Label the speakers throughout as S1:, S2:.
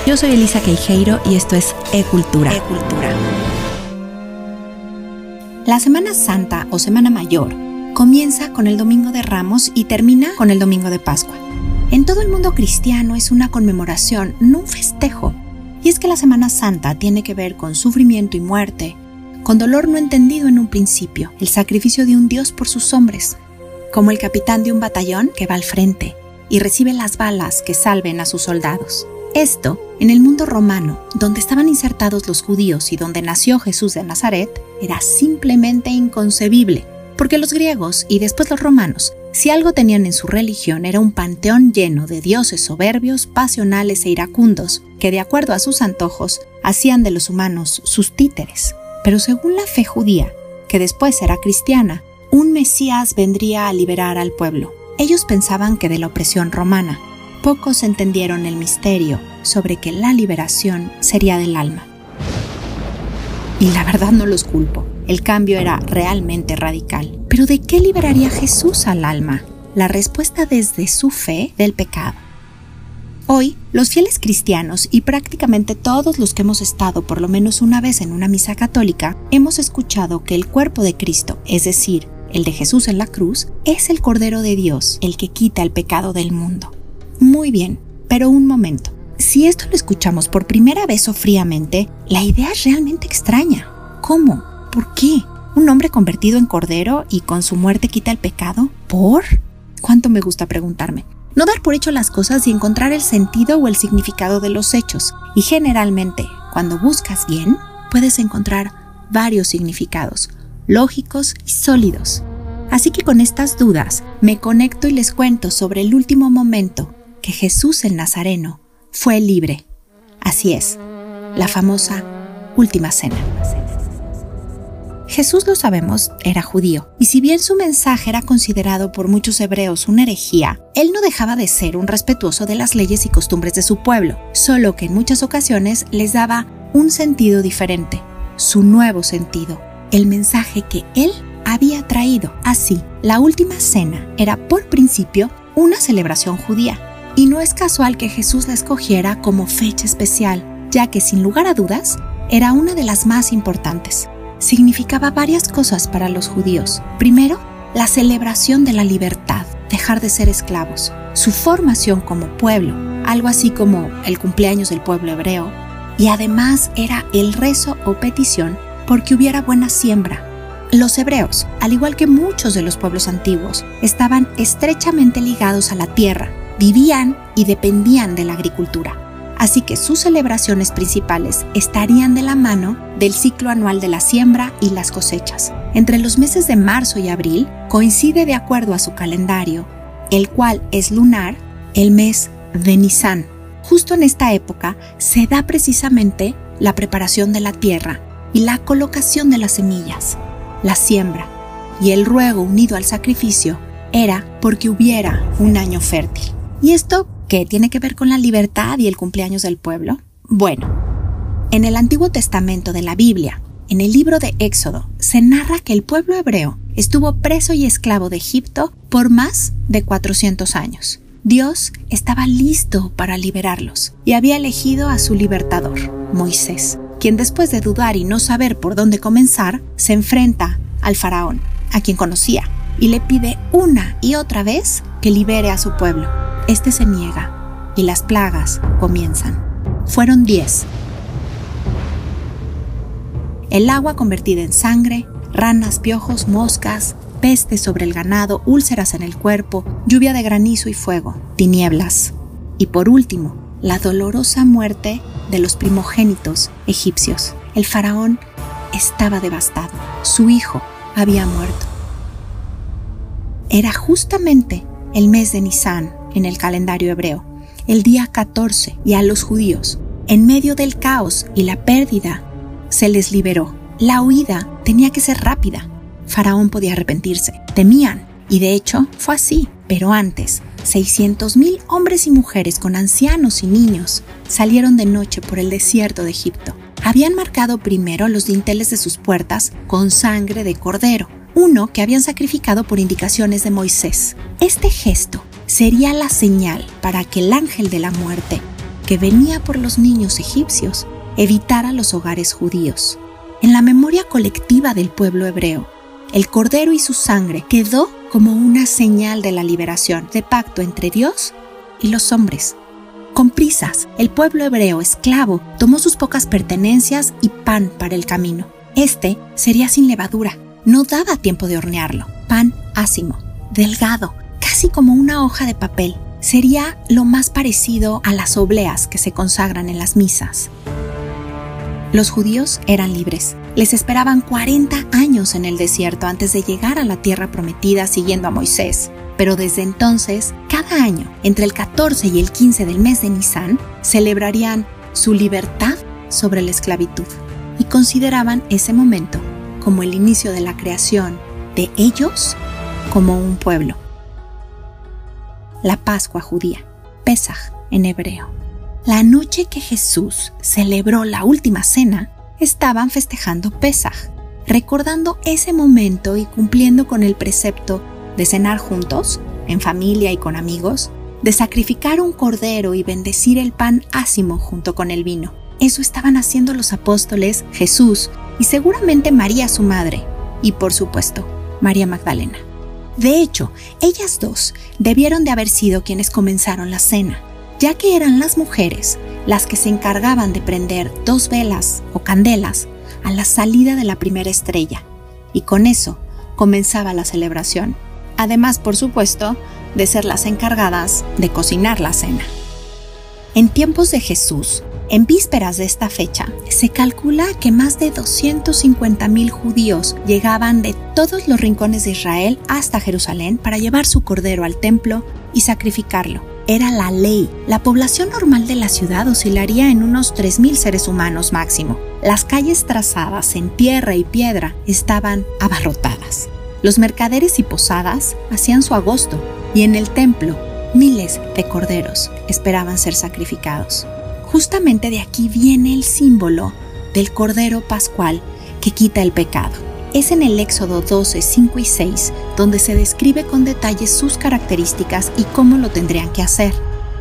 S1: Yo soy Elisa Queijeiro y esto es E-Cultura. La Semana Santa o Semana Mayor comienza con el Domingo de Ramos y termina con el Domingo de Pascua. En todo el mundo cristiano es una conmemoración, no un festejo. Y es que la Semana Santa tiene que ver con sufrimiento y muerte, con dolor no entendido en un principio, el sacrificio de un Dios por sus hombres, como el capitán de un batallón que va al frente y recibe las balas que salven a sus soldados. Esto, en el mundo romano, donde estaban insertados los judíos y donde nació Jesús de Nazaret, era simplemente inconcebible, porque los griegos y después los romanos, si algo tenían en su religión era un panteón lleno de dioses soberbios, pasionales e iracundos, que de acuerdo a sus antojos, hacían de los humanos sus títeres. Pero según la fe judía, que después será cristiana, un Mesías vendría a liberar al pueblo. Ellos pensaban que de la opresión romana. Pocos entendieron el misterio sobre que la liberación sería del alma. Y la verdad no los culpo. El cambio era realmente radical. ¿Pero de qué liberaría Jesús al alma? La respuesta desde su fe del pecado. Hoy, los fieles cristianos y prácticamente todos los que hemos estado por lo menos una vez en una misa católica, hemos escuchado que el cuerpo de Cristo, es decir, el de Jesús en la cruz, es el Cordero de Dios, el que quita el pecado del mundo. Muy bien, pero un momento. Si esto lo escuchamos por primera vez o fríamente, la idea es realmente extraña. ¿Cómo? ¿Por qué? ¿Un hombre convertido en cordero y con su muerte quita el pecado? ¿Por? ¿Cuánto me gusta preguntarme? No dar por hecho las cosas y encontrar el sentido o el significado de los hechos. Y generalmente, cuando buscas bien, puedes encontrar varios significados, lógicos y sólidos. Así que con estas dudas, me conecto y les cuento sobre el último momento que Jesús el Nazareno fue libre. Así es, la famosa Última Cena. Jesús, lo sabemos, era judío, y si bien su mensaje era considerado por muchos hebreos una herejía, él no dejaba de ser un respetuoso de las leyes y costumbres de su pueblo, solo que en muchas ocasiones les daba un sentido diferente, su nuevo sentido, el mensaje que él había traído. Así, la Última Cena era por principio una celebración judía, y no es casual que Jesús la escogiera como fecha especial, ya que sin lugar a dudas era una de las más importantes. Significaba varias cosas para los judíos. Primero, la celebración de la libertad, dejar de ser esclavos, su formación como pueblo, algo así como el cumpleaños del pueblo hebreo, y además era el rezo o petición porque hubiera buena siembra. Los hebreos, al igual que muchos de los pueblos antiguos, estaban estrechamente ligados a la tierra, vivían y dependían de la agricultura. Así que sus celebraciones principales estarían de la mano del ciclo anual de la siembra y las cosechas. Entre los meses de marzo y abril coincide, de acuerdo a su calendario, el cual es lunar, el mes de Nisán. Justo en esta época se da precisamente la preparación de la tierra y la colocación de las semillas. La siembra y el ruego unido al sacrificio era porque hubiera un año fértil. ¿Y esto qué tiene que ver con la libertad y el cumpleaños del pueblo? Bueno, en el Antiguo Testamento de la Biblia, en el libro de Éxodo, se narra que el pueblo hebreo estuvo preso y esclavo de Egipto por más de 400 años. Dios estaba listo para liberarlos y había elegido a su libertador, Moisés, quien después de dudar y no saber por dónde comenzar, se enfrenta al faraón, a quien conocía, y le pide una y otra vez que libere a su pueblo. Este se niega y las plagas comienzan. Fueron 10. El agua convertida en sangre, ranas, piojos, moscas, peste sobre el ganado, úlceras en el cuerpo, lluvia de granizo y fuego, tinieblas. Y por último, la dolorosa muerte de los primogénitos egipcios. El faraón estaba devastado. Su hijo había muerto. Era justamente el mes de Nisán en el calendario hebreo, el día 14, y a los judíos, en medio del caos y la pérdida, se les liberó. La huida tenía que ser rápida. Faraón podía arrepentirse. Temían, y de hecho fue así. Pero antes, 600,000 hombres y mujeres con ancianos y niños salieron de noche por el desierto de Egipto. Habían marcado primero los dinteles de sus puertas con sangre de cordero, uno que habían sacrificado por indicaciones de Moisés. Este gesto sería la señal para que el ángel de la muerte, que venía por los niños egipcios evitara los hogares judíos. En la memoria colectiva del pueblo hebreo, el cordero y su sangre quedó como una señal de la liberación, de pacto entre Dios y los hombres. Con prisas, el pueblo hebreo esclavo tomó sus pocas pertenencias y pan para el camino. Este sería sin levadura, no daba tiempo de hornearlo. Pan ácimo, delgado, casi como una hoja de papel. Sería lo más parecido a las obleas que se consagran en las misas. Los judíos eran libres. Les esperaban 40 años en el desierto antes de llegar a la tierra prometida siguiendo a Moisés. Pero desde entonces, cada año, entre el 14 y el 15 del mes de Nisán, celebrarían su libertad sobre la esclavitud y consideraban ese momento como el inicio de la creación de ellos como un pueblo. La Pascua judía, Pesaj en hebreo. La noche que Jesús celebró la última cena, estaban festejando Pesaj, recordando ese momento y cumpliendo con el precepto de cenar juntos, en familia y con amigos, de sacrificar un cordero y bendecir el pan ácimo junto con el vino. Eso estaban haciendo los apóstoles, Jesús y seguramente María su madre, y por supuesto, María Magdalena. De hecho, ellas dos debieron de haber sido quienes comenzaron la cena, ya que eran las mujeres las que se encargaban de prender 2 velas o candelas a la salida de la primera estrella, y con eso comenzaba la celebración. Además, por supuesto, de ser las encargadas de cocinar la cena. En tiempos de Jesús, en vísperas de esta fecha, se calcula que más de 250,000 judíos llegaban de todos los rincones de Israel hasta Jerusalén para llevar su cordero al templo y sacrificarlo. Era la ley. La población normal de la ciudad oscilaría en unos 3,000 seres humanos máximo. Las calles trazadas en tierra y piedra estaban abarrotadas. Los mercaderes y posadas hacían su agosto y en el templo miles de corderos esperaban ser sacrificados. Justamente de aquí viene el símbolo del cordero pascual que quita el pecado. Es en el Éxodo 12, 5 y 6 donde se describe con detalle sus características y cómo lo tendrían que hacer.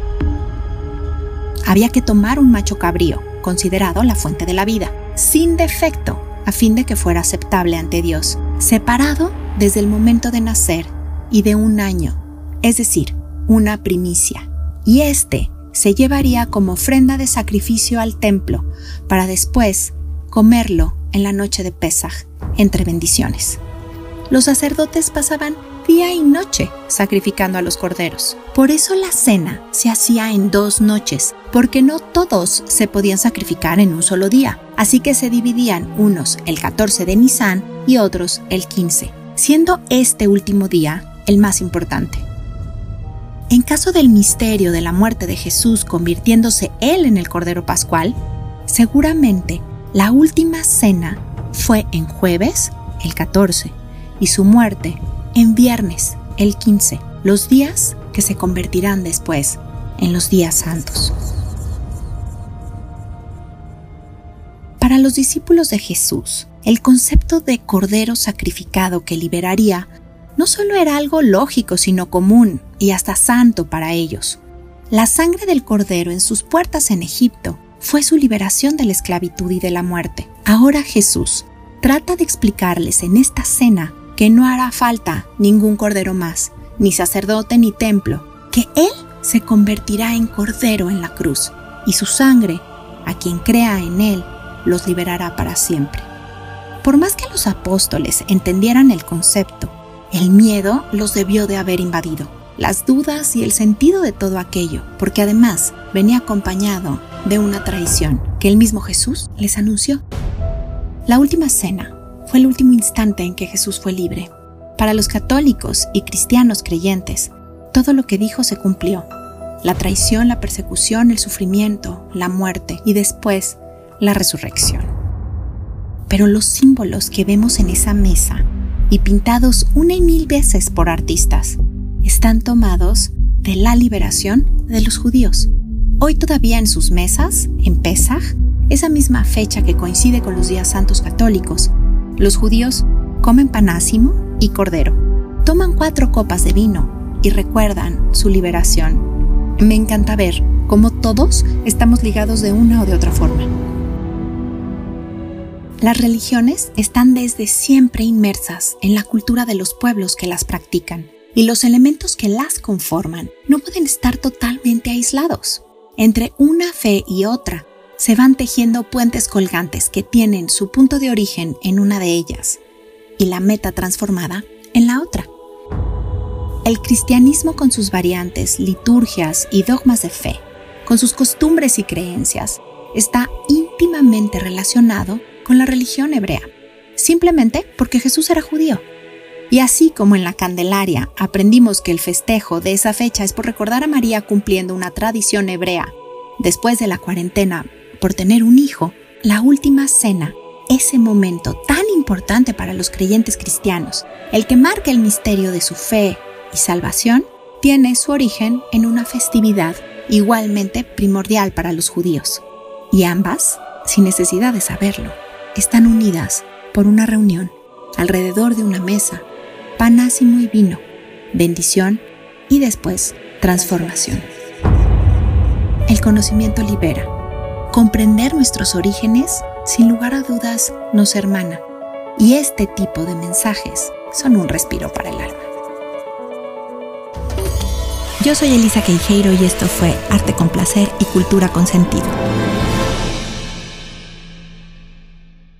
S1: Había que tomar un macho cabrío, considerado la fuente de la vida, sin defecto, a fin de que fuera aceptable ante Dios, separado desde el momento de nacer y de 1 año, es decir, una primicia. Y este se llevaría como ofrenda de sacrificio al templo para después comerlo en la noche de Pesaj, entre bendiciones. Los sacerdotes pasaban día y noche sacrificando a los corderos. Por eso la cena se hacía en 2 noches, porque no todos se podían sacrificar en un solo día. Así que se dividían unos el 14 de Nisán y otros el 15, siendo este último día el más importante. En caso del misterio de la muerte de Jesús convirtiéndose él en el Cordero Pascual, seguramente la última cena fue en jueves, el 14, y su muerte en viernes, el 15, los días que se convertirán después en los días santos. Para los discípulos de Jesús, el concepto de cordero sacrificado que liberaría no solo era algo lógico, sino común y hasta santo para ellos. La sangre del cordero en sus puertas en Egipto fue su liberación de la esclavitud y de la muerte. Ahora Jesús trata de explicarles en esta cena que no hará falta ningún cordero más, ni sacerdote ni templo, que Él se convertirá en cordero en la cruz, y su sangre, a quien crea en Él, los liberará para siempre. Por más que los apóstoles entendieran el concepto, el miedo los debió de haber invadido, las dudas y el sentido de todo aquello, porque además venía acompañado de una traición que el mismo Jesús les anunció. La última cena fue el último instante en que Jesús fue libre. Para los católicos y cristianos creyentes, todo lo que dijo se cumplió. La traición, la persecución, el sufrimiento, la muerte y después la resurrección. Pero los símbolos que vemos en esa mesa y pintados 1,000 veces por artistas están tomados de la liberación de los judíos. Hoy todavía en sus mesas, en Pesaj, esa misma fecha que coincide con los días santos católicos, los judíos comen pan ácimo y cordero, toman 4 copas de vino y recuerdan su liberación. Me encanta ver cómo todos estamos ligados de una o de otra forma. Las religiones están desde siempre inmersas en la cultura de los pueblos que las practican, y los elementos que las conforman no pueden estar totalmente aislados. Entre una fe y otra se van tejiendo puentes colgantes que tienen su punto de origen en una de ellas y la meta transformada en la otra. El cristianismo, con sus variantes, liturgias y dogmas de fe, con sus costumbres y creencias, está íntimamente relacionado con la religión hebrea, simplemente porque Jesús era judío. Y así como en la Candelaria aprendimos que el festejo de esa fecha es por recordar a María cumpliendo una tradición hebrea después de la cuarentena por tener un hijo, la última cena, ese momento tan importante para los creyentes cristianos, el que marca el misterio de su fe y salvación, tiene su origen en una festividad igualmente primordial para los judíos. Y ambas, sin necesidad de saberlo, están unidas por una reunión alrededor de una mesa, panásimo y vino, bendición y después transformación. El conocimiento libera. Comprender nuestros orígenes, sin lugar a dudas, nos hermana. Y este tipo de mensajes son un respiro para el alma. Yo soy Elisa Queijeiro y esto fue Arte con Placer y Cultura con Sentido.